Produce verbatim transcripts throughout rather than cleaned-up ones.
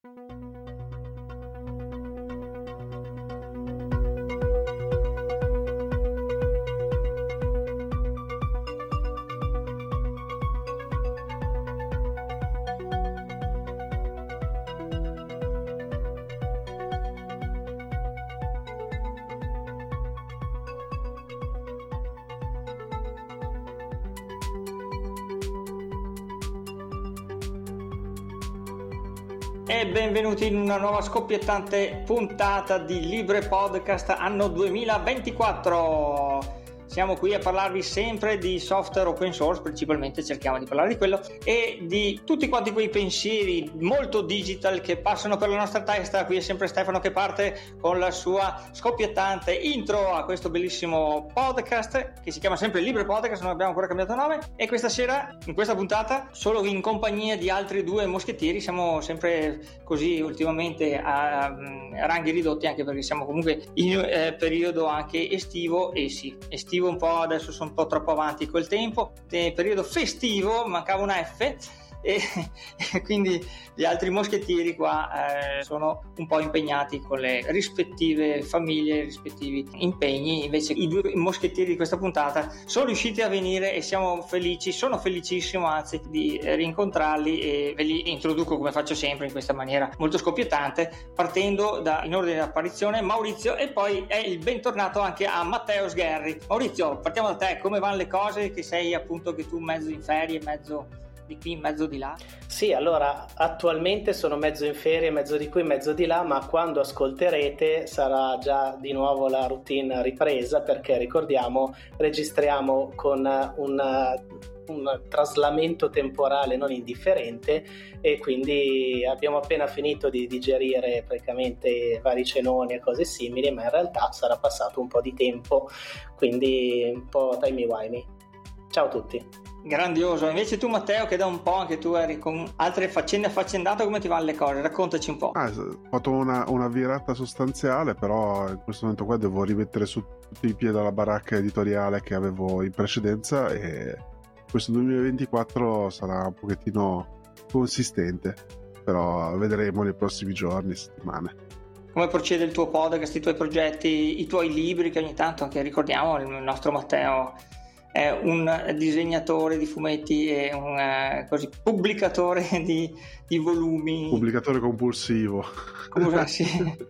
E benvenuti in una nuova scoppiettante puntata di Libre Podcast anno duemilaventiquattro. Siamo qui a parlarvi sempre di software open source, principalmente cerchiamo di parlare di quello, e di tutti quanti quei pensieri molto digital che passano per la nostra testa. Qui è sempre Stefano che parte con la sua scoppiettante intro a questo bellissimo podcast che si chiama sempre Libre Podcast, non abbiamo ancora cambiato nome, e questa sera, in questa puntata, solo in compagnia di altri due moschettieri. Siamo sempre così ultimamente a, a ranghi ridotti, anche perché siamo comunque in eh, periodo anche estivo, e sì, estivo un po', adesso sono un po' troppo avanti col tempo, nel periodo festivo mancava una F, e, e quindi gli altri moschettieri qua eh, sono un po' impegnati con le rispettive famiglie, i rispettivi impegni. Invece i due moschettieri di questa puntata sono riusciti a venire e siamo felici, sono felicissimo anzi di rincontrarli, e ve li introduco come faccio sempre in questa maniera molto scoppiettante, partendo da, in ordine di apparizione, Maurizio, e poi è il bentornato anche a Matteo Sgherri. Maurizio, partiamo da te, come vanno le cose, che sei appunto che tu mezzo in ferie, mezzo di qui, mezzo di là? Sì, allora attualmente sono mezzo in ferie, mezzo di qui, mezzo di là, ma quando ascolterete sarà già di nuovo la routine ripresa, perché ricordiamo, registriamo con un, un traslamento temporale non indifferente, e quindi abbiamo appena finito di digerire praticamente vari cenoni e cose simili, ma in realtà sarà passato un po' di tempo, quindi un po' timey-wimey. Ciao a tutti. Grandioso. Invece tu, Matteo, che da un po' anche tu eri con altre faccende affaccendate, come ti vanno le cose? Raccontaci un po'. Ah, ho fatto una, una virata sostanziale, però in questo momento qua devo rimettere su tutti i piedi alla baracca editoriale che avevo in precedenza, e questo duemilaventiquattro sarà un pochettino consistente, però vedremo nei prossimi giorni, settimane. Come procede il tuo podcast, i tuoi progetti, i tuoi libri, che ogni tanto anche ricordiamo, il nostro Matteo è un disegnatore di fumetti e un eh, così, pubblicatore di, di volumi. Pubblicatore compulsivo. Come, sì.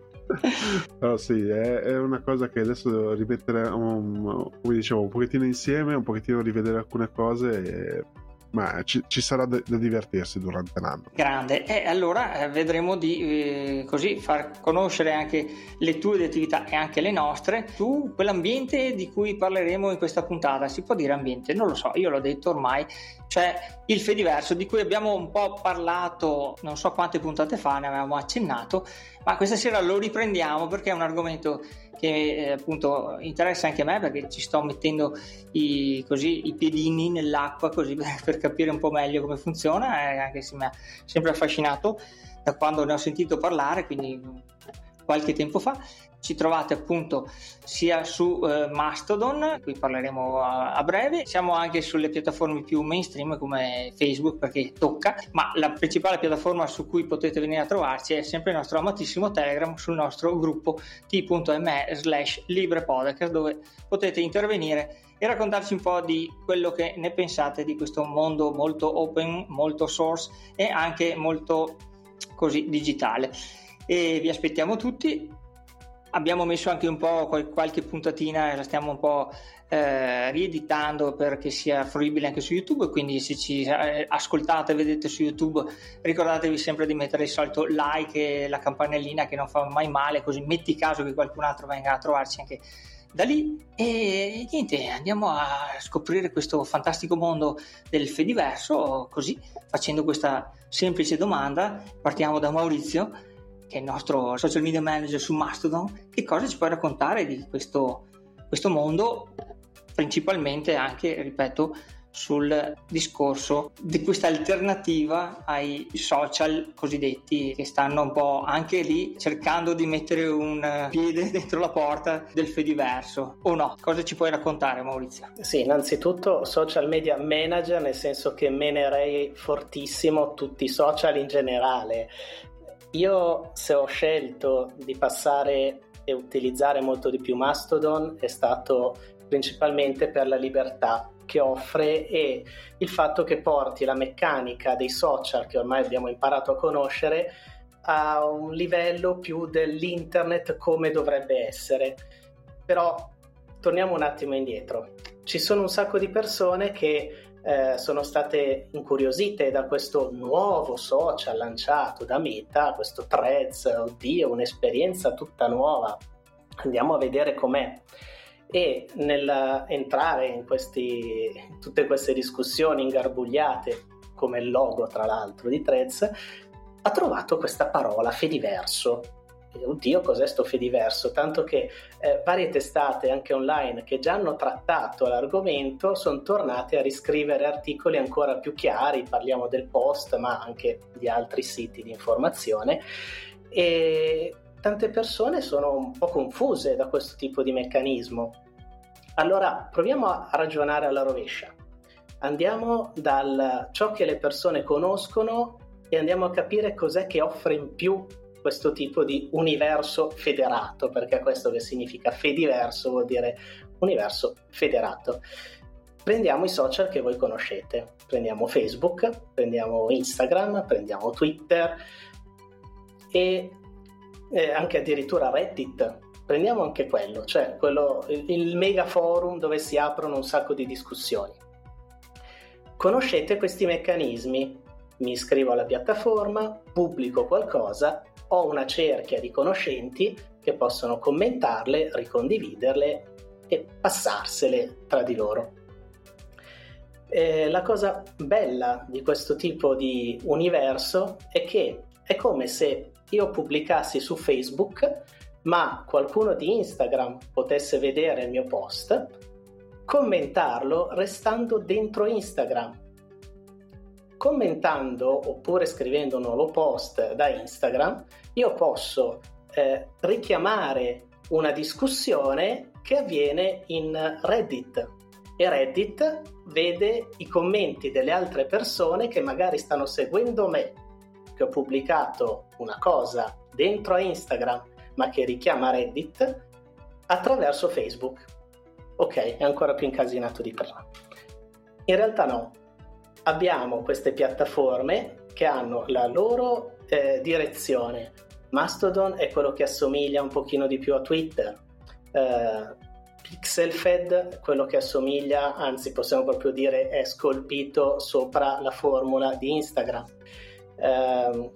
Però sì, è, è una cosa che adesso devo rimettere, un, come dicevo, un pochettino insieme, un pochettino rivedere alcune cose, e, ma ci, ci sarà da, da divertirsi durante l'anno. Grande. E allora eh, vedremo di eh, così far conoscere anche le tue di attività e anche le nostre su quell'ambiente di cui parleremo in questa puntata. Si può dire ambiente? Non lo so, io l'ho detto ormai, cioè il Fediverso, di cui abbiamo un po' parlato non so quante puntate fa, ne avevamo accennato, ma questa sera lo riprendiamo perché è un argomento che eh, appunto interessa anche a me, perché ci sto mettendo i, così, i piedini nell'acqua così per, per capire un po' meglio come funziona, eh, anche se mi ha sempre affascinato da quando ne ho sentito parlare, quindi qualche tempo fa. Ci trovate appunto sia su eh, Mastodon, qui parleremo a, a breve, siamo anche sulle piattaforme più mainstream come Facebook, perché tocca, ma la principale piattaforma su cui potete venire a trovarci è sempre il nostro amatissimo Telegram, sul nostro gruppo t.me slash librepodcast, dove potete intervenire e raccontarci un po' di quello che ne pensate di questo mondo molto open, molto source e anche molto così digitale. E vi aspettiamo tutti. Abbiamo messo anche un po' qualche puntatina, la stiamo un po' eh, rieditando perché sia fruibile anche su YouTube, quindi se ci ascoltate e vedete su YouTube ricordatevi sempre di mettere il solito like e la campanellina, che non fa mai male, così metti caso che qualcun altro venga a trovarci anche da lì. E niente, andiamo a scoprire questo fantastico mondo del Fediverso, così facendo questa semplice domanda. Partiamo da Maurizio, che è il nostro social media manager su Mastodon. Che cosa ci puoi raccontare di questo, questo mondo, principalmente anche, ripeto, sul discorso di questa alternativa ai social cosiddetti, che stanno un po' anche lì cercando di mettere un piede dentro la porta del Fediverso, o no? Cosa ci puoi raccontare, Maurizio? Sì, innanzitutto social media manager, nel senso che menerei fortissimo tutti i social in generale. Io se ho scelto di passare e utilizzare molto di più Mastodon è stato principalmente per la libertà che offre e il fatto che porti la meccanica dei social che ormai abbiamo imparato a conoscere a un livello più dell'internet come dovrebbe essere. Però torniamo un attimo indietro. Ci sono un sacco di persone che eh, sono state incuriosite da questo nuovo social lanciato da Meta, questo Threads, oddio, un'esperienza tutta nuova, andiamo a vedere com'è. E nell'entrare in questi, tutte queste discussioni ingarbugliate, come il logo tra l'altro di Threads, ha trovato questa parola Fediverso. Oddio, cos'è sto Fediverso? Tanto che eh, varie testate anche online che già hanno trattato l'argomento sono tornate a riscrivere articoli ancora più chiari, parliamo del Post ma anche di altri siti di informazione, e tante persone sono un po' confuse da questo tipo di meccanismo. Allora proviamo a ragionare alla rovescia, andiamo dal ciò che le persone conoscono e andiamo a capire cos'è che offre in più questo tipo di universo federato, perché questo che significa Fediverso vuol dire universo federato. Prendiamo i social che voi conoscete, prendiamo Facebook, prendiamo Instagram, prendiamo Twitter e eh, anche addirittura Reddit, prendiamo anche quello, cioè quello, il, il mega forum dove si aprono un sacco di discussioni. Conoscete questi meccanismi? Mi iscrivo alla piattaforma, pubblico qualcosa, ho una cerchia di conoscenti che possono commentarle, ricondividerle e passarsele tra di loro. Eh, la cosa bella di questo tipo di universo è che è come se io pubblicassi su Facebook, ma qualcuno di Instagram potesse vedere il mio post, commentarlo restando dentro Instagram. Commentando oppure scrivendo un nuovo post da Instagram, io posso eh, richiamare una discussione che avviene in Reddit e Reddit vede i commenti delle altre persone che magari stanno seguendo me, che ho pubblicato una cosa dentro a Instagram ma che richiama Reddit attraverso Facebook. Ok, è ancora più incasinato di prima. In realtà no. Abbiamo queste piattaforme che hanno la loro eh, direzione. Mastodon è quello che assomiglia un pochino di più a Twitter. Eh, Pixelfed è quello che assomiglia, anzi possiamo proprio dire è scolpito sopra la formula di Instagram. Eh,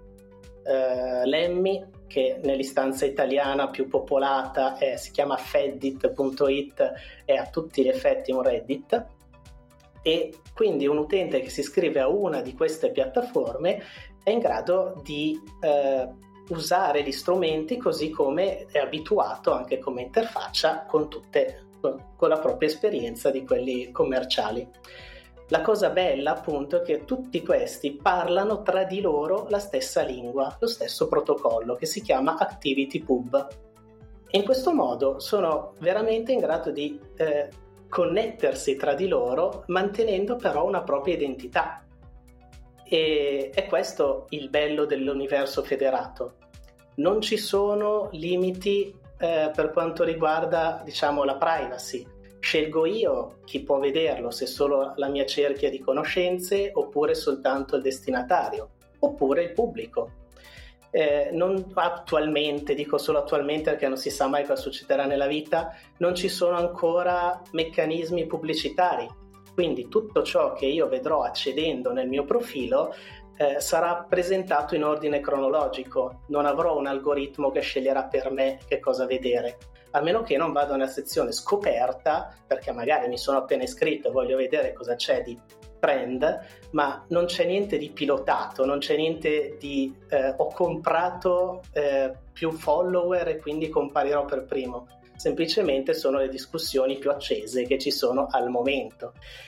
eh, Lemmy, che nell'istanza italiana più popolata è, si chiama feddit punto it, è a tutti gli effetti un Reddit. E quindi un utente che si iscrive a una di queste piattaforme è in grado di eh, usare gli strumenti così come è abituato anche come interfaccia con tutte, con la propria esperienza di quelli commerciali. La cosa bella appunto è che tutti questi parlano tra di loro la stessa lingua, lo stesso protocollo che si chiama ActivityPub. E in questo modo sono veramente in grado di eh, connettersi tra di loro mantenendo però una propria identità, e è questo il bello dell'universo federato. Non ci sono limiti eh, per quanto riguarda, diciamo, la privacy. Scelgo io chi può vederlo, se solo la mia cerchia di conoscenze oppure soltanto il destinatario oppure il pubblico. Eh, non attualmente, dico solo attualmente perché non si sa mai cosa succederà nella vita, non ci sono ancora meccanismi pubblicitari, quindi tutto ciò che io vedrò accedendo nel mio profilo eh, sarà presentato in ordine cronologico, non avrò un algoritmo che sceglierà per me che cosa vedere, a meno che non vada nella sezione scoperta, perché magari mi sono appena iscritto e voglio vedere cosa c'è di trend, ma non c'è niente di pilotato, non c'è niente di eh, ho comprato eh, più follower e quindi comparirò per primo. Semplicemente sono le discussioni più accese che ci sono al momento.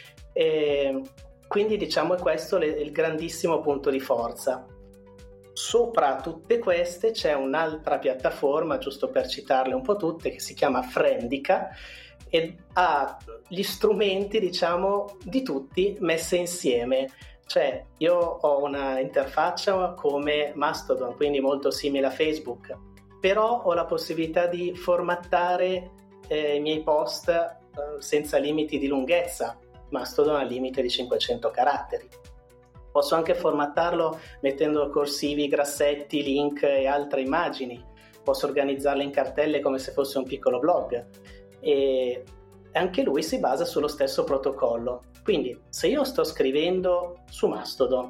E quindi diciamo è questo le, il grandissimo punto di forza. Sopra tutte queste c'è un'altra piattaforma, giusto per citarle un po' tutte, che si chiama Friendica e ha gli strumenti, diciamo, di tutti messi insieme. Cioè, io ho una interfaccia come Mastodon, quindi molto simile a Facebook, però ho la possibilità di formattare eh, i miei post eh, senza limiti di lunghezza. Mastodon ha limite di cinquecento caratteri. Posso anche formattarlo mettendo corsivi, grassetti, link e altre immagini. Posso organizzarle in cartelle come se fosse un piccolo blog. E anche lui si basa sullo stesso protocollo. Quindi se io sto scrivendo su Mastodon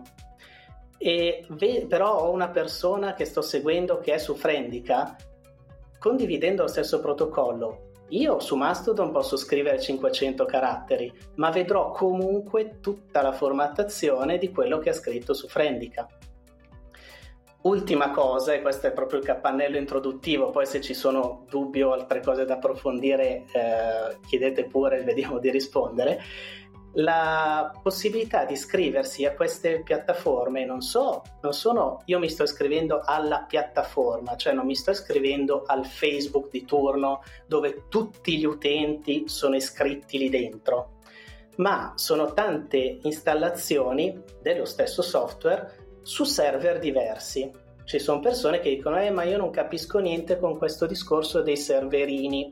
e ve- però ho una persona che sto seguendo che è su Friendica, condividendo lo stesso protocollo, io su Mastodon posso scrivere cinquecento caratteri, ma vedrò comunque tutta la formattazione di quello che ha scritto su Friendica. Ultima cosa, e questo è proprio il capannello introduttivo, poi se ci sono dubbi o altre cose da approfondire eh, chiedete pure, vediamo di rispondere. La possibilità di iscriversi a queste piattaforme non so, non sono io mi sto iscrivendo alla piattaforma, cioè non mi sto iscrivendo al Facebook di turno dove tutti gli utenti sono iscritti lì dentro, ma sono tante installazioni dello stesso software su server diversi. Ci sono persone che dicono eh ma io non capisco niente con questo discorso dei serverini.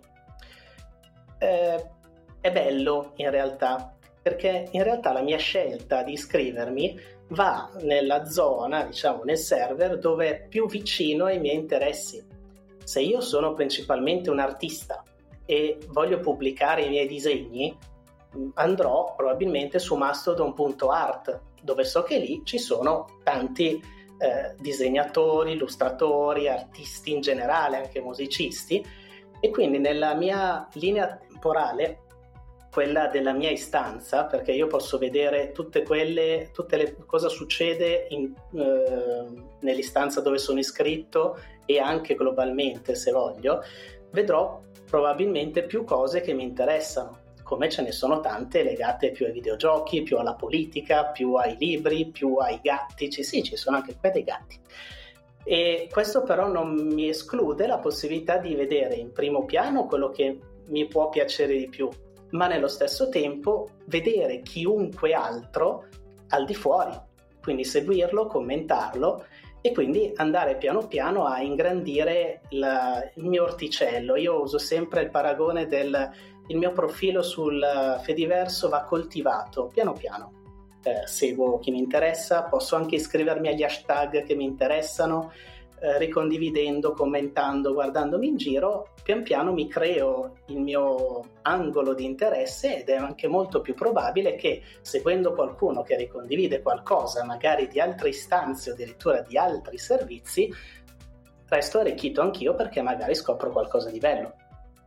Eh, è bello in realtà, perché in realtà la mia scelta di iscrivermi va nella zona, diciamo nel server dove è più vicino ai miei interessi. Se io sono principalmente un artista e voglio pubblicare i miei disegni, andrò probabilmente su mastodon punto art, dove so che lì ci sono tanti eh, disegnatori, illustratori, artisti in generale, anche musicisti, e quindi nella mia linea temporale, quella della mia istanza, perché io posso vedere tutte quelle, tutte le cosa succede in, eh, nell'istanza dove sono iscritto e anche globalmente se voglio, vedrò probabilmente più cose che mi interessano, come ce ne sono tante legate più ai videogiochi, più alla politica, più ai libri, più ai gatti, ci, sì, ci sono anche qua dei gatti. E questo però non mi esclude la possibilità di vedere in primo piano quello che mi può piacere di più, ma nello stesso tempo vedere chiunque altro al di fuori, quindi seguirlo, commentarlo e quindi andare piano piano a ingrandire la, il mio orticello. Io uso sempre il paragone del il mio profilo sul Fediverso va coltivato piano piano. Eh, seguo chi mi interessa, posso anche iscrivermi agli hashtag che mi interessano, eh, ricondividendo, commentando, guardandomi in giro, pian piano mi creo il mio angolo di interesse ed è anche molto più probabile che seguendo qualcuno che ricondivide qualcosa, magari di altre istanze o addirittura di altri servizi, resto arricchito anch'io perché magari scopro qualcosa di bello.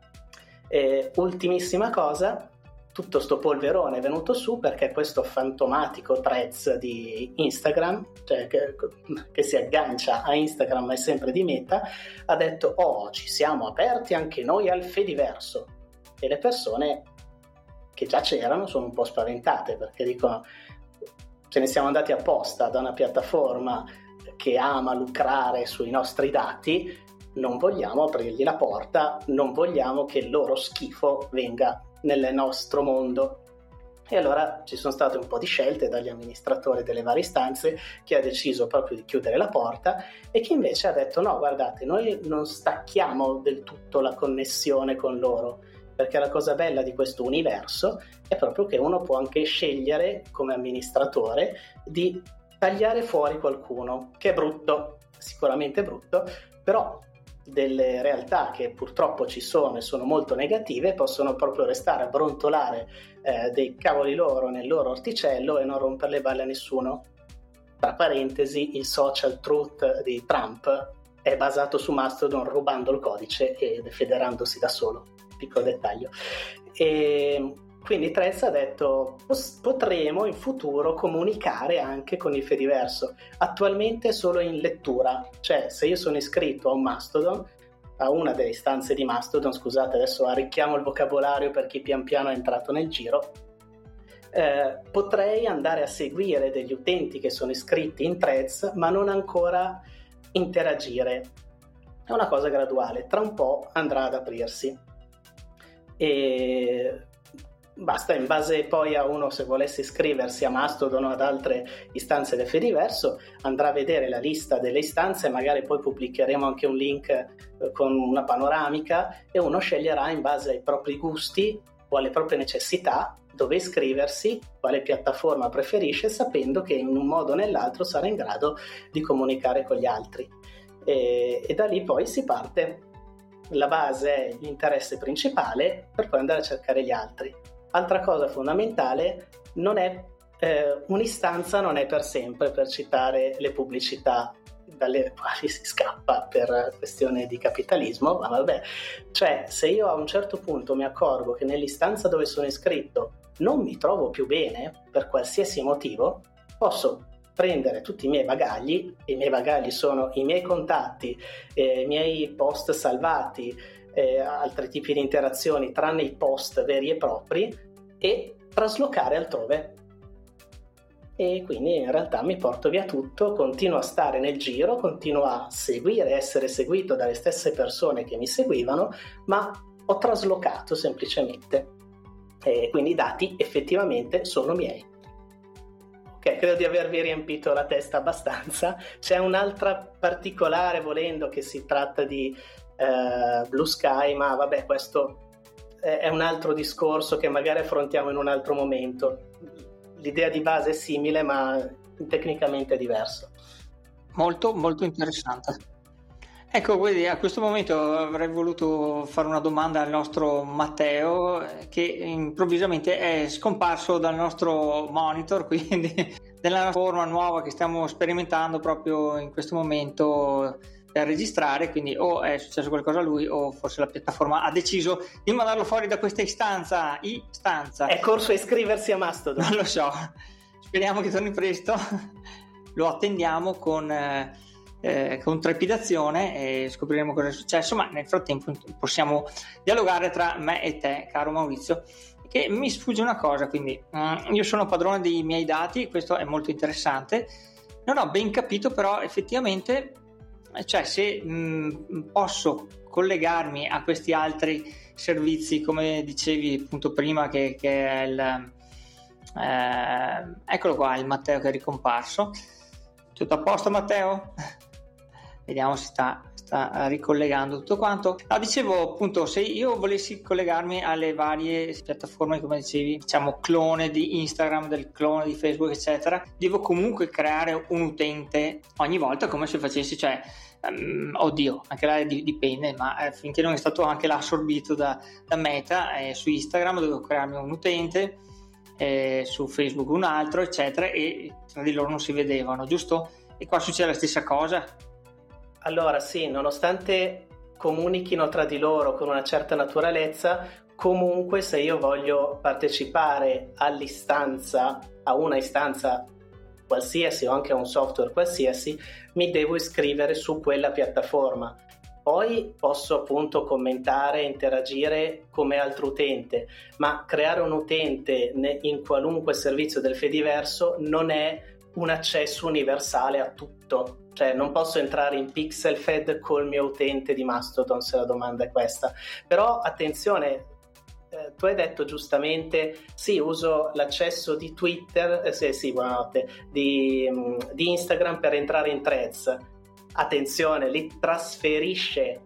E ultimissima cosa, tutto sto polverone è venuto su perché questo fantomatico Threads di Instagram, cioè che, che si aggancia a Instagram ma è sempre di Meta, ha detto oh ci siamo aperti anche noi al Fediverso, e le persone che già c'erano sono un po' spaventate perché dicono ce ne siamo andati apposta da una piattaforma che ama lucrare sui nostri dati, non vogliamo aprirgli la porta, non vogliamo che il loro schifo venga nel nostro mondo. E allora ci sono state un po' di scelte dagli amministratori delle varie istanze, chi ha deciso proprio di chiudere la porta e chi invece ha detto no, guardate, noi non stacchiamo del tutto la connessione con loro, perché la cosa bella di questo universo è proprio che uno può anche scegliere come amministratore di tagliare fuori qualcuno, che è brutto, sicuramente brutto, però delle realtà che purtroppo ci sono e sono molto negative possono proprio restare a brontolare eh, dei cavoli loro nel loro orticello e non rompere le balle a nessuno. Tra parentesi, il social truth di Trump è basato su Mastodon rubando il codice e federandosi da solo, piccolo dettaglio. E quindi Threads ha detto potremo in futuro comunicare anche con il Fediverso, attualmente solo in lettura, cioè se io sono iscritto a un Mastodon, a una delle istanze di Mastodon, scusate adesso arricchiamo il vocabolario per chi pian piano è entrato nel giro, eh, potrei andare a seguire degli utenti che sono iscritti in Threads ma non ancora interagire. È una cosa graduale, tra un po' andrà ad aprirsi. E basta, in base poi a uno, se volesse iscriversi a Mastodon o ad altre istanze del Fediverso, andrà a vedere la lista delle istanze, magari poi pubblicheremo anche un link eh, con una panoramica, e uno sceglierà in base ai propri gusti o alle proprie necessità dove iscriversi, quale piattaforma preferisce, sapendo che in un modo o nell'altro sarà in grado di comunicare con gli altri. E, e da lì poi si parte. La base è l'interesse principale per poi andare a cercare gli altri. Altra cosa fondamentale, non è eh, un'istanza non è per sempre, per citare le pubblicità dalle quali si scappa per questione di capitalismo, ma vabbè, cioè se io a un certo punto mi accorgo che nell'istanza dove sono iscritto non mi trovo più bene per qualsiasi motivo, posso prendere tutti i miei bagagli, i miei bagagli sono i miei contatti, eh, i miei post salvati, eh, altri tipi di interazioni tranne i post veri e propri, e traslocare altrove. E quindi in realtà mi porto via tutto, continuo a stare nel giro, continuo a seguire, essere seguito dalle stesse persone che mi seguivano, ma ho traslocato semplicemente. E quindi i dati effettivamente sono miei. Ok, credo di avervi riempito la testa abbastanza. C'è un'altra particolare, volendo, che si tratta di eh, Blue Sky, ma vabbè, questo è un altro discorso che magari affrontiamo in un altro momento. L'idea di base è simile, ma tecnicamente è diverso. Molto, molto interessante. Ecco, quindi a questo momento avrei voluto fare una domanda al nostro Matteo, che improvvisamente è scomparso dal nostro monitor, quindi nella forma nuova che stiamo sperimentando proprio in questo momento per registrare, quindi o è successo qualcosa a lui o forse la piattaforma ha deciso di mandarlo fuori da questa istanza, istanza. È corso a iscriversi a Mastodon. Non lo so, speriamo che torni presto, lo attendiamo con... Eh, Eh, con trepidazione e scopriremo cosa è successo, ma nel frattempo possiamo dialogare tra me e te, caro Maurizio, che mi sfugge una cosa. Quindi um, io sono padrone dei miei dati, questo è molto interessante, non ho ben capito però effettivamente, cioè se um, posso collegarmi a questi altri servizi, come dicevi appunto prima, che, che è il eh, eccolo qua, il Matteo che è ricomparso. Tutto a posto, Matteo? Vediamo se sta, sta ricollegando tutto quanto. No, dicevo appunto, se io volessi collegarmi alle varie piattaforme, come dicevi, diciamo clone di Instagram, del clone di Facebook, eccetera, devo comunque creare un utente ogni volta, come se facessi, cioè, um, oddio, anche là dipende, ma eh, finché non è stato anche là assorbito da, da Meta, eh, su Instagram devo crearmi un utente, eh, su Facebook un altro, eccetera, e tra di loro non si vedevano, giusto? E qua succede la stessa cosa? Allora sì, nonostante comunichino tra di loro con una certa naturalezza, comunque se io voglio partecipare all'istanza, a una istanza qualsiasi o anche a un software qualsiasi, mi devo iscrivere su quella piattaforma. Poi posso appunto commentare, interagire come altro utente, ma creare un utente in qualunque servizio del Fediverso non è un accesso universale a tutto. Cioè non posso entrare in PixelFed col mio utente di Mastodon, se la domanda è questa. Però attenzione, eh, tu hai detto giustamente, sì, uso l'accesso di Twitter, eh, sì, sì, buonanotte, di, di Instagram per entrare in Threads. Attenzione, lì trasferisce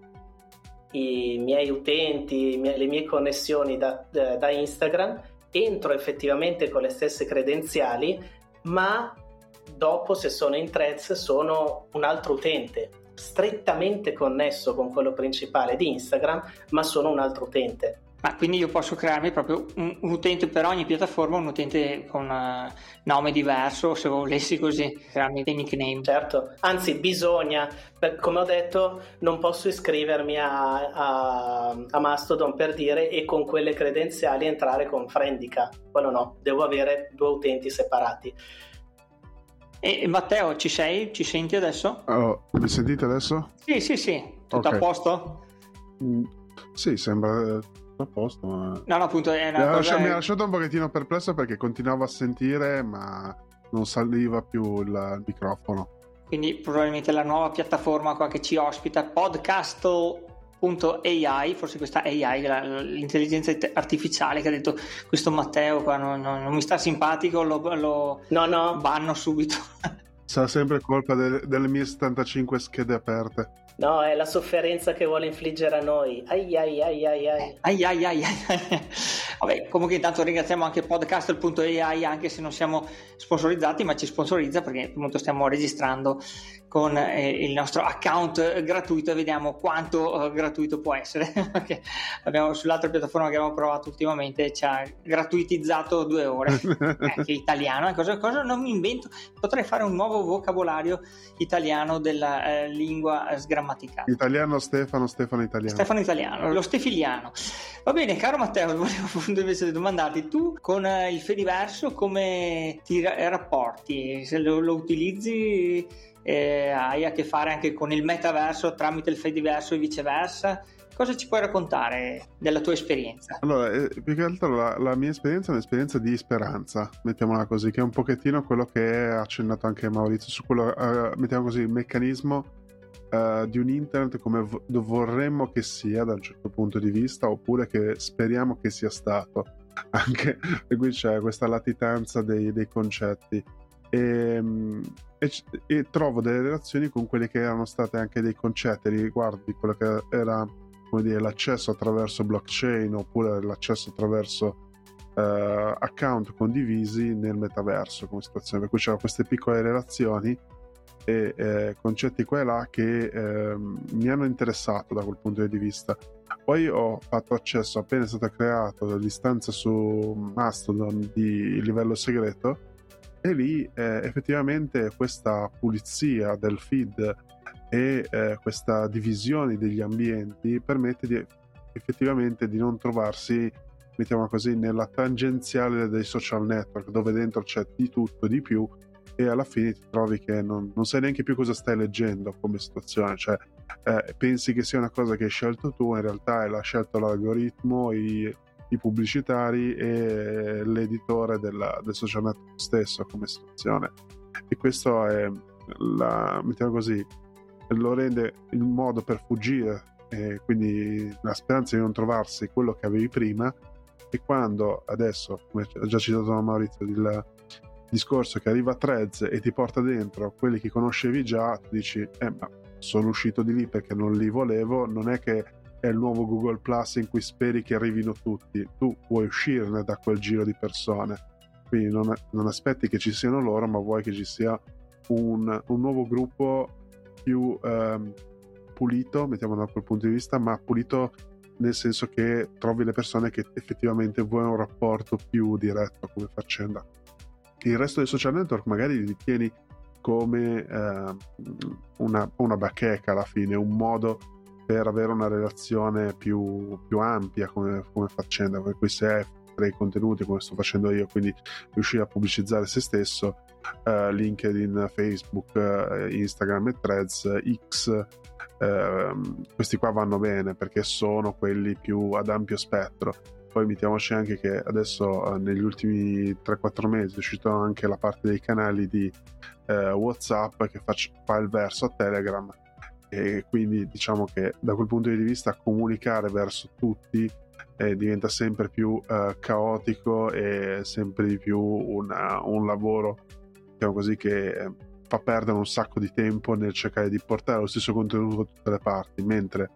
i miei utenti, le mie connessioni da, da Instagram, entro effettivamente con le stesse credenziali, ma dopo, se sono in Threads, sono un altro utente strettamente connesso con quello principale di Instagram, ma sono un altro utente. Ma quindi io posso crearmi proprio un, un utente per ogni piattaforma, un utente con uh, nome diverso, se volessi così, crearmi dei nickname. Certo, anzi bisogna, per, come ho detto, non posso iscrivermi a, a, a Mastodon per dire e con quelle credenziali entrare con Friendica. Quello no, devo avere due utenti separati. E Matteo, ci sei? Ci senti adesso? Oh, mi sentite adesso? Sì, sì, sì. Tutto okay. A posto? Mm, sì, sembra a posto. Ma... No, no, appunto è una mi, cosa... ha lasciato, mi ha lasciato un pochettino perplesso perché continuavo a sentire, ma non saliva più il, il microfono. Quindi probabilmente la nuova piattaforma qua che ci ospita, Podcast punto A I, forse questa A I, la, l'intelligenza artificiale, che ha detto questo Matteo qua non, non, non mi sta simpatico, lo, lo no, no. banno subito. Sarà sempre colpa de- delle mie settantacinque schede aperte. No, è la sofferenza che vuole infliggere a noi. Ai ai ai ai ai. Ai ai ai ai. Vabbè, comunque intanto ringraziamo anche Podcastle punto A I, anche se non siamo sponsorizzati, ma ci sponsorizza perché appunto stiamo registrando con eh, il nostro account gratuito e vediamo quanto eh, gratuito può essere. Perché abbiamo sull'altra piattaforma che abbiamo provato ultimamente ci ha gratuitizzato due ore. Eh, che italiano, eh, cosa, cosa non mi invento? Potrei fare un nuovo vocabolario italiano della eh, lingua sgrammaticata. Italiano Stefano, Stefano italiano. Stefano italiano, lo stefiliano. Va bene, caro Matteo, volevo appunto invece domandarti, tu con il Fediverso come ti rapporti? Se lo, lo utilizzi, eh, hai a che fare anche con il metaverso tramite il Fediverso e viceversa? Cosa ci puoi raccontare della tua esperienza? Allora, eh, più che altro la, la mia esperienza è un'esperienza di speranza, mettiamola così, che è un pochettino quello che ha accennato anche Maurizio, su quello, eh, mettiamo così, il meccanismo Uh, di un internet come v- vorremmo che sia da un certo punto di vista, oppure che speriamo che sia stato, anche e qui c'è questa latitanza dei, dei concetti e, e, e trovo delle relazioni con quelle che erano state anche dei concetti riguardo di quello che era, come dire, l'accesso attraverso blockchain oppure l'accesso attraverso uh, account condivisi nel metaverso come situazione, per cui c'erano queste piccole relazioni e eh, concetti qua e là che eh, mi hanno interessato da quel punto di vista. Poi ho fatto accesso, appena è stata creata l'istanza su Mastodon di livello segreto, e lì eh, effettivamente questa pulizia del feed e eh, questa divisione degli ambienti permette di, effettivamente di non trovarsi, mettiamo così, nella tangenziale dei social network, dove dentro c'è di tutto di più e alla fine ti trovi che non, non sai neanche più cosa stai leggendo come situazione, cioè eh, pensi che sia una cosa che hai scelto tu, in realtà l'ha scelto l'algoritmo, i, i pubblicitari e l'editore della, del social network stesso come situazione, e questo è la, mettiamo così, lo rende il modo per fuggire, e quindi la speranza di non trovarsi quello che avevi prima. E quando adesso, come ha già citato Maurizio, il discorso che arriva a Threads e ti porta dentro quelli che conoscevi già, tu dici eh ma sono uscito di lì perché non li volevo, non è che è il nuovo Google Plus in cui speri che arrivino tutti, tu vuoi uscirne da quel giro di persone, quindi non, non aspetti che ci siano loro, ma vuoi che ci sia un, un nuovo gruppo più ehm, pulito, mettiamolo da quel punto di vista, ma pulito nel senso che trovi le persone che effettivamente vuoi un rapporto più diretto come faccenda. Il resto dei social network magari li tieni come eh, una, una bacheca alla fine, un modo per avere una relazione più, più ampia come, come faccenda, per cui se crei contenuti come sto facendo io, quindi riuscire a pubblicizzare se stesso, eh, LinkedIn, Facebook, eh, Instagram e Threads, X, eh, questi qua vanno bene perché sono quelli più ad ampio spettro. Poi mettiamoci anche che adesso eh, negli ultimi tre quattro mesi è uscito anche la parte dei canali di eh, WhatsApp che faccia, fa il verso a Telegram, e quindi diciamo che da quel punto di vista comunicare verso tutti eh, diventa sempre più eh, caotico e sempre di più una, un lavoro, diciamo così, che eh, fa perdere un sacco di tempo nel cercare di portare lo stesso contenuto a tutte le parti, mentre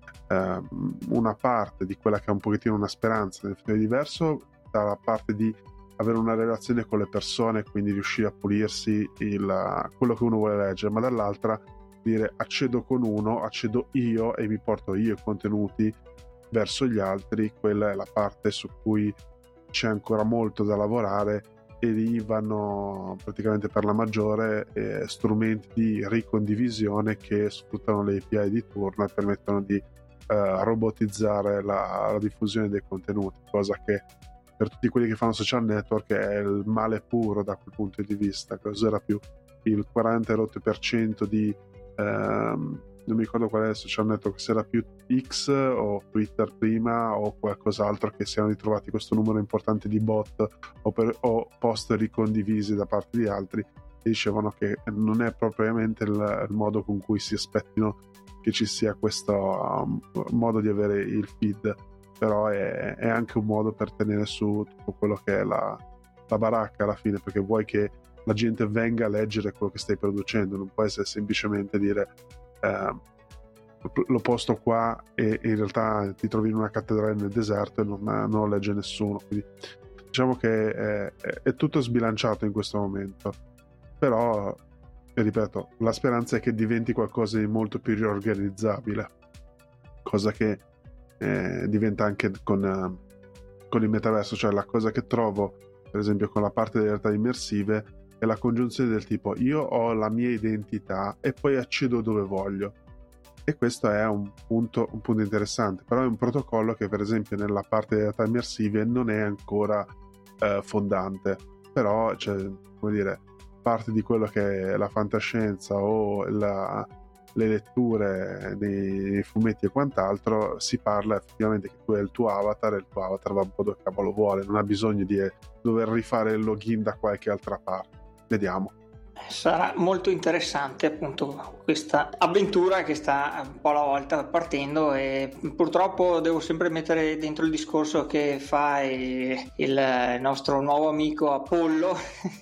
una parte di quella che è un pochettino una speranza nel futuro diverso dalla parte di avere una relazione con le persone, quindi riuscire a pulirsi il, quello che uno vuole leggere, ma dall'altra dire accedo con uno, accedo io e mi porto io i contenuti verso gli altri. Quella è la parte su cui c'è ancora molto da lavorare, e lì vanno praticamente per la maggiore eh, strumenti di ricondivisione che sfruttano le A P I di turno e permettono di Uh, robotizzare la, la diffusione dei contenuti, cosa che per tutti quelli che fanno social network è il male puro da quel punto di vista. Cos'era più il quaranta per cento di um, non mi ricordo qual è il social network, se era più X o Twitter prima o qualcos'altro, che si erano ritrovati questo numero importante di bot o, per, o post ricondivisi da parte di altri, e dicevano che non è propriamente il, il modo con cui si aspettino che ci sia questo um, modo di avere il feed, però è, è anche un modo per tenere su tutto quello che è la, la baracca alla fine, perché vuoi che la gente venga a leggere quello che stai producendo, non può essere semplicemente dire eh, lo posto qua e in realtà ti trovi in una cattedrale nel deserto e non, non lo legge nessuno. Quindi diciamo che è, è tutto sbilanciato in questo momento, però ripeto, la speranza è che diventi qualcosa di molto più riorganizzabile, cosa che eh, diventa anche con, uh, con il metaverso. Cioè la cosa che trovo per esempio con la parte delle realtà immersive è la congiunzione del tipo io ho la mia identità e poi accedo dove voglio, e questo è un punto, un punto interessante, però è un protocollo che per esempio nella parte delle realtà immersive non è ancora eh, fondante, però cioè, come dire, parte di quello che è la fantascienza o la, le letture nei fumetti e quant'altro, si parla effettivamente che tu hai il tuo avatar e il tuo avatar va un po' dove cavolo vuole, non ha bisogno di dover rifare il login da qualche altra parte. Vediamo. Sarà molto interessante appunto questa avventura che sta un po' alla volta partendo, e purtroppo devo sempre mettere dentro il discorso che fa il nostro nuovo amico Apollo.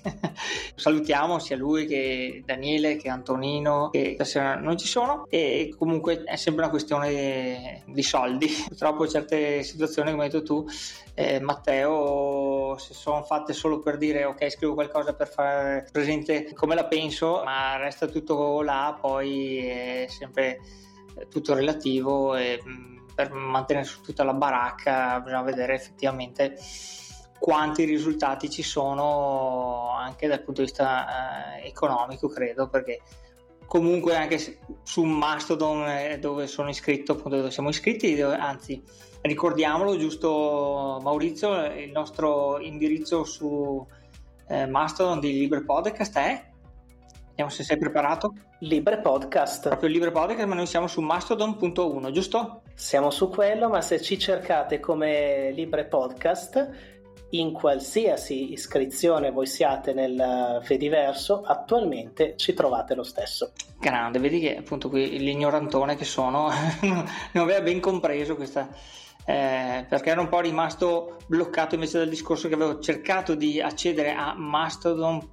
Salutiamo sia lui che Daniele che Antonino, che stasera non ci sono, e comunque è sempre una questione di soldi. Purtroppo certe situazioni, come hai detto tu eh, Matteo, se sono fatte solo per dire ok, scrivo qualcosa per fare presente come la penso, ma resta tutto là, poi è sempre tutto relativo, e per mantenere su tutta la baracca bisogna vedere effettivamente quanti risultati ci sono anche dal punto di vista eh, economico, credo, perché comunque anche su Mastodon eh, dove sono iscritto, appunto dove siamo iscritti, dove, anzi ricordiamolo, giusto Maurizio, il nostro indirizzo su eh, Mastodon di Libre Podcast è, vediamo se sei preparato. Libre Podcast. Proprio Libre Podcast, ma noi siamo su mastodon punto uno, giusto? Siamo su quello, ma se ci cercate come Libre Podcast, in qualsiasi iscrizione voi siate nel Fediverso, attualmente ci trovate lo stesso. Grande, vedi che appunto qui l'ignorantone che sono non aveva ben compreso questa... Eh, perché ero un po' rimasto bloccato invece dal discorso che avevo cercato di accedere a Mastodon.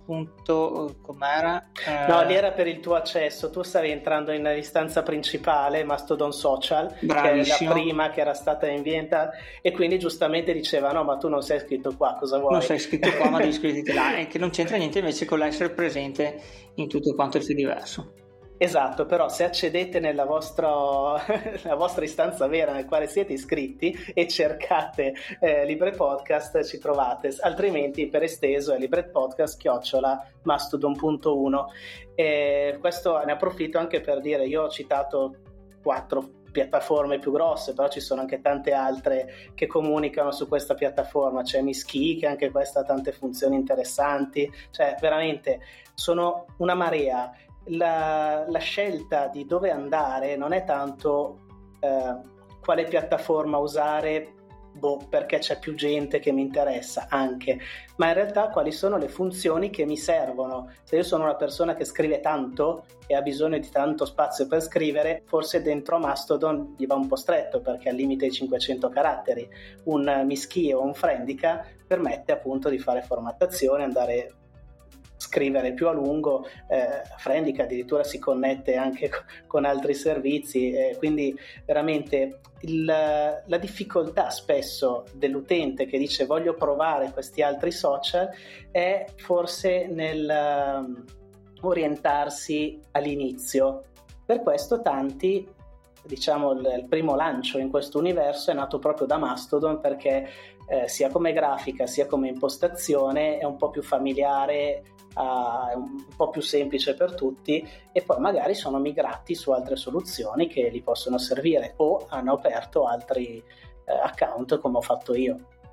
Com'era? Eh... No, lì era per il tuo accesso, tu stavi entrando nell'istanza principale Mastodon Social, Bravissimo, che è la prima che era stata inventata, e quindi giustamente diceva no, ma tu non sei iscritto qua, cosa vuoi? Non sei iscritto qua ma devi iscriverti là, e che non c'entra niente invece con l'essere presente in tutto quanto il Fediverso. Esatto, però se accedete nella vostra, la vostra istanza vera nel quale siete iscritti e cercate eh, Libre Podcast, ci trovate, altrimenti per esteso è libretpodcast chiocciola mastodon punto uno. E questo ne approfitto anche per dire, io ho citato quattro piattaforme più grosse, però ci sono anche tante altre che comunicano su questa piattaforma, c'è Miski, che anche questa ha tante funzioni interessanti, cioè veramente sono una marea. La, la scelta di dove andare non è tanto eh, quale piattaforma usare, boh, perché c'è più gente che mi interessa anche, ma in realtà quali sono le funzioni che mi servono. Se io sono una persona che scrive tanto e ha bisogno di tanto spazio per scrivere, forse dentro Mastodon gli va un po' stretto perché è al limite ai cinquecento caratteri. Un Miski o un Friendica permette appunto di fare formattazione, andare scrivere più a lungo. eh, Friendica addirittura si connette anche con altri servizi, eh, quindi veramente il, la difficoltà spesso dell'utente che dice voglio provare questi altri social è forse nel um, orientarsi all'inizio. Per questo tanti, diciamo, il, il primo lancio in questo universo è nato proprio da Mastodon, perché eh, sia come grafica sia come impostazione è un po' più familiare, Uh, è un po' più semplice per tutti, e poi magari sono migrati su altre soluzioni che li possono servire o hanno aperto altri uh, account come ho fatto io.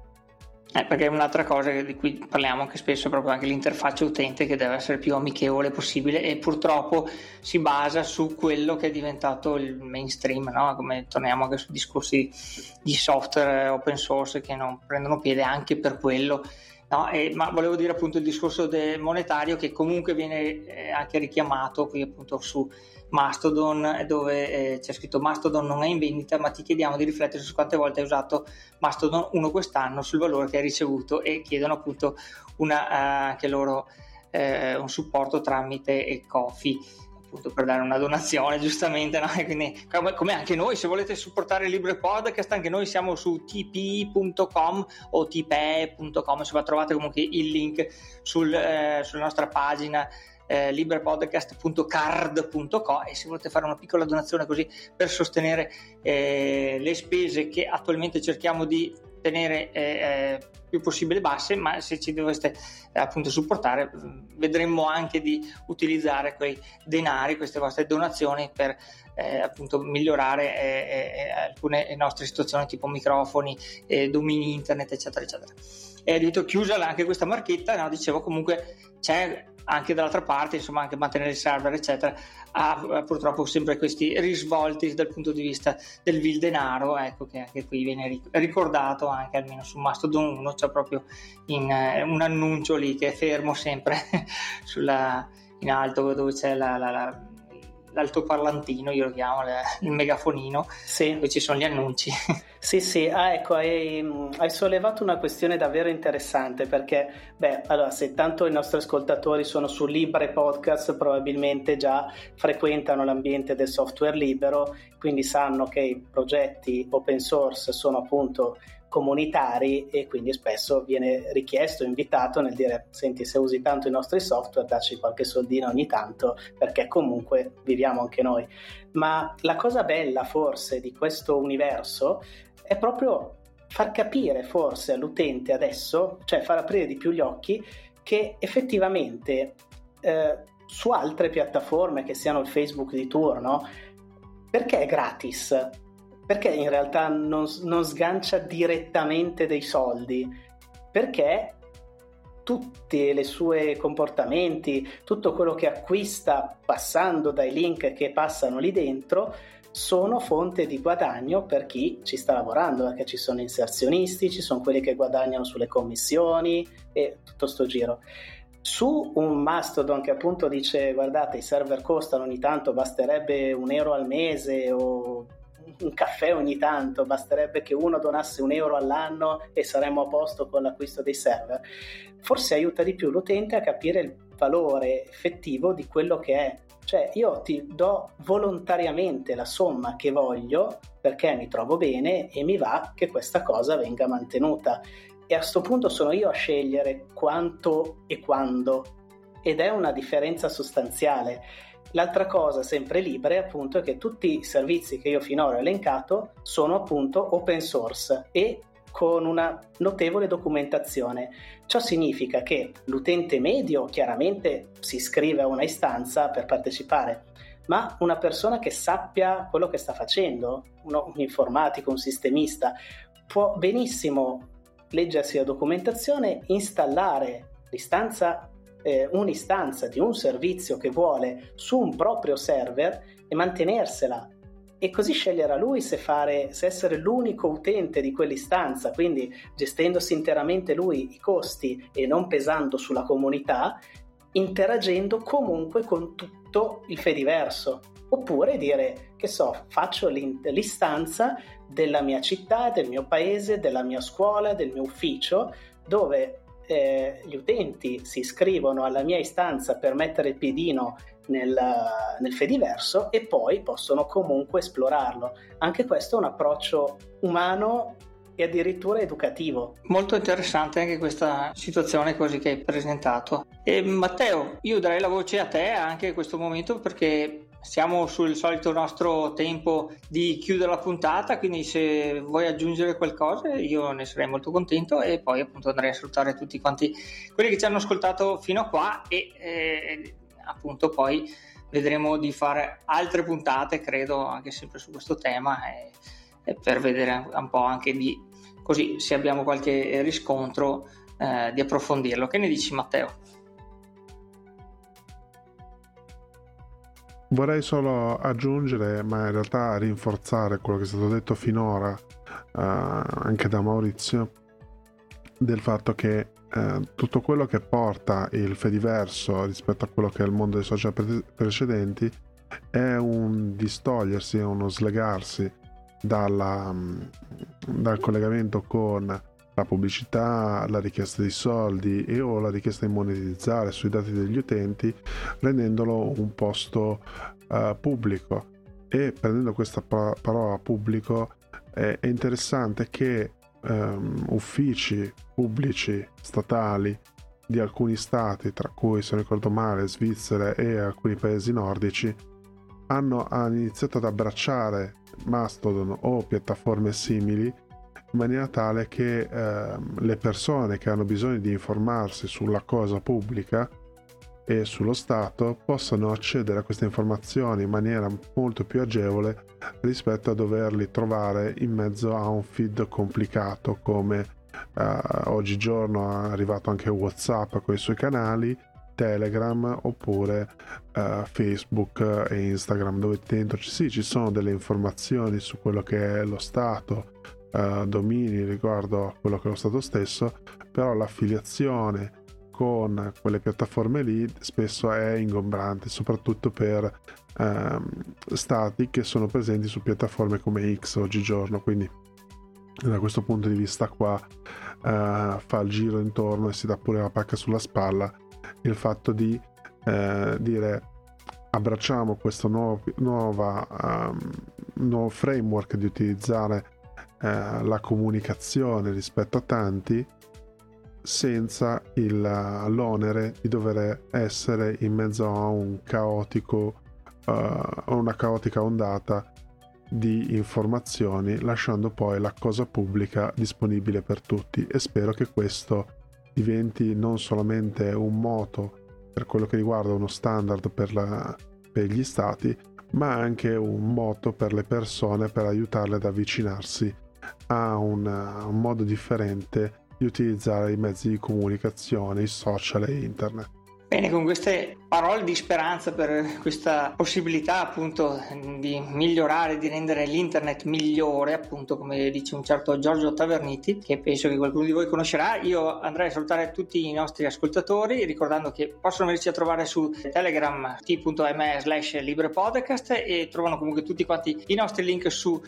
Eh, perché è un'altra cosa di cui parliamo anche spesso, proprio anche l'interfaccia utente che deve essere più amichevole possibile, e purtroppo si basa su quello che è diventato il mainstream, no? Come torniamo anche su discorsi di software open source che non prendono piede anche per quello. No, eh, ma volevo dire appunto il discorso del monetario, che comunque viene eh, anche richiamato qui appunto su Mastodon, dove eh, c'è scritto Mastodon non è in vendita, ma ti chiediamo di riflettere su quante volte hai usato Mastodon uno quest'anno, sul valore che hai ricevuto, e chiedono appunto una, uh, anche loro eh, un supporto tramite Ko-fi, appunto per dare una donazione, giustamente, no? E quindi, come, come anche noi, se volete supportare il Libre Podcast, anche noi siamo su t p i punto com o t p e punto com, insomma trovate comunque il link sul, eh, sulla nostra pagina eh, librepodcast punto card punto co, e se volete fare una piccola donazione così per sostenere eh, le spese che attualmente cerchiamo di tenere eh, più possibile basse, ma se ci doveste eh, appunto supportare, vedremo anche di utilizzare quei denari, queste vostre donazioni, per eh, appunto migliorare eh, eh, alcune nostre situazioni, tipo microfoni, eh, domini internet, eccetera eccetera. E detto, chiusa anche questa marchetta, no, dicevo, comunque c'è anche dall'altra parte, insomma, anche mantenere il server eccetera ha purtroppo sempre questi risvolti dal punto di vista del vil denaro, ecco, che anche qui viene ricordato, anche almeno su Mastodon uno c'è proprio in, eh, un annuncio lì che è fermo sempre sulla, in alto, dove c'è la, la, la, l'altoparlantino, io lo chiamo il megafonino, sì. Dove ci sono gli annunci. Sì, sì, ah, ecco, hai, hai sollevato una questione davvero interessante, perché, beh, allora, se tanto i nostri ascoltatori sono su Libre Podcast, probabilmente già frequentano l'ambiente del software libero, quindi sanno che i progetti open source sono appunto comunitari, e quindi spesso viene richiesto, invitato nel dire: senti, se usi tanto i nostri software, dacci qualche soldino ogni tanto, perché comunque viviamo anche noi. Ma la cosa bella forse di questo universo è proprio far capire forse all'utente adesso, cioè far aprire di più gli occhi, che effettivamente eh, su altre piattaforme, che siano il Facebook di turno, perché è gratis? Perché in realtà non, non sgancia direttamente dei soldi? Perché tutti i suoi comportamenti, tutto quello che acquista passando dai link che passano lì dentro, sono fonte di guadagno per chi ci sta lavorando, perché ci sono inserzionisti, ci sono quelli che guadagnano sulle commissioni e tutto sto giro. Su un Mastodon che appunto dice: guardate, i server costano ogni tanto, basterebbe un euro al mese o un caffè ogni tanto, basterebbe che uno donasse un euro all'anno e saremmo a posto con l'acquisto dei server, forse aiuta di più l'utente a capire il valore effettivo di quello che è. Cioè, io ti do volontariamente la somma che voglio perché mi trovo bene e mi va che questa cosa venga mantenuta, e a sto punto sono io a scegliere quanto e quando, ed è una differenza sostanziale. L'altra cosa, sempre Libre, appunto, è che tutti i servizi che io finora ho elencato sono appunto open source e con una notevole documentazione. Ciò significa che l'utente medio chiaramente si iscrive a una istanza per partecipare, ma una persona che sappia quello che sta facendo, uno, un informatico, un sistemista, può benissimo leggersi la documentazione, installare l'istanza, eh, un'istanza di un servizio che vuole su un proprio server e mantenersela, e così sceglierà lui se fare, se essere l'unico utente di quell'istanza, quindi gestendosi interamente lui i costi e non pesando sulla comunità, interagendo comunque con tutto il Fediverso. Oppure dire, che so, faccio l'istanza della mia città, del mio paese, della mia scuola, del mio ufficio, dove eh, gli utenti si iscrivono alla mia istanza per mettere il piedino nel, nel Fediverso e poi possono comunque esplorarlo. Anche questo è un approccio umano e addirittura educativo. Molto interessante anche questa situazione così che hai presentato. E Matteo, io darei la voce a te anche in questo momento, perché siamo sul solito nostro tempo di chiudere la puntata, quindi se vuoi aggiungere qualcosa io ne sarei molto contento, e poi appunto andrei a salutare tutti quanti quelli che ci hanno ascoltato fino a qua, e eh, appunto poi vedremo di fare altre puntate, credo, anche sempre su questo tema, e, e per vedere un po' anche di, così, se abbiamo qualche riscontro, eh, di approfondirlo. Che ne dici, Matteo? Vorrei solo aggiungere, ma in realtà rinforzare quello che è stato detto finora, eh, anche da Maurizio, del fatto che eh, tutto quello che porta il Fediverso rispetto a quello che è il mondo dei social pre- precedenti è un distogliersi, è uno slegarsi dalla, dal collegamento con la pubblicità, la richiesta di soldi e o la richiesta di monetizzare sui dati degli utenti, rendendolo un posto uh, pubblico. E prendendo questa parola pubblico è, è interessante che um, uffici pubblici statali di alcuni stati, tra cui, se non ricordo male, Svizzera e alcuni paesi nordici, hanno, hanno iniziato ad abbracciare Mastodon o piattaforme simili in maniera tale che eh, le persone che hanno bisogno di informarsi sulla cosa pubblica e sullo Stato possano accedere a queste informazioni in maniera molto più agevole rispetto a doverli trovare in mezzo a un feed complicato come eh, oggigiorno è arrivato anche WhatsApp con i suoi canali, Telegram oppure uh, Facebook e Instagram, dove dentro ci, sì, ci sono delle informazioni su quello che è lo Stato, uh, domini riguardo a quello che è lo Stato stesso, però l'affiliazione con quelle piattaforme lì spesso è ingombrante, soprattutto per um, stati che sono presenti su piattaforme come X oggigiorno, quindi da questo punto di vista qua uh, fa il giro intorno e si dà pure la pacca sulla spalla il fatto di eh, dire abbracciamo questo nuovo, nuova, um, nuovo framework di utilizzare eh, la comunicazione rispetto a tanti senza il, l'onere di dover essere in mezzo a un caotico uh, a una caotica ondata di informazioni, lasciando poi la cosa pubblica disponibile per tutti. E spero che questo diventi non solamente un moto per quello che riguarda uno standard per, la, per gli stati, ma anche un moto per le persone, per aiutarle ad avvicinarsi a un, a un modo differente di utilizzare i mezzi di comunicazione, i social e internet. Bene, con queste parole di speranza per questa possibilità appunto di migliorare, di rendere l'internet migliore, appunto come dice un certo Giorgio Taverniti, che penso che qualcuno di voi conoscerà, io andrei a salutare tutti i nostri ascoltatori ricordando che possono venirci a trovare su Telegram t.me slash librepodcast e trovano comunque tutti quanti i nostri link su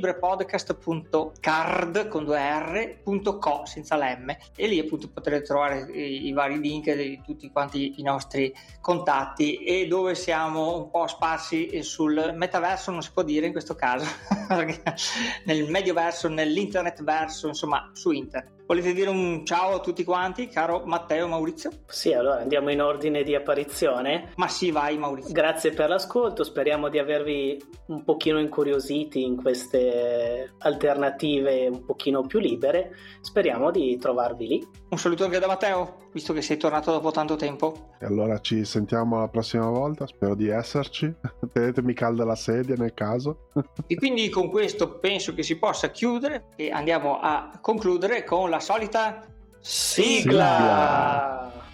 librepodcast.card con due r punto co senza la m, e lì appunto potrete trovare i, i vari link di tutti quanti i nostri contatti, e dove siamo un po' sparsi sul metaverso, non si può dire in questo caso nel medioverso, nell'internet verso, insomma su internet. Volete dire un ciao a tutti quanti, caro Matteo, Maurizio? Sì, allora andiamo in ordine di apparizione. Ma sì, vai Maurizio. Grazie per l'ascolto, speriamo di avervi un pochino incuriositi in queste alternative un pochino più libere, speriamo di trovarvi lì. Un saluto anche da Matteo, visto che sei tornato dopo tanto tempo. E allora ci sentiamo la prossima volta, spero di esserci. Tenetemi calda la sedia nel caso. E quindi con questo penso che si possa chiudere e andiamo a concludere con la solita sigla. sigla.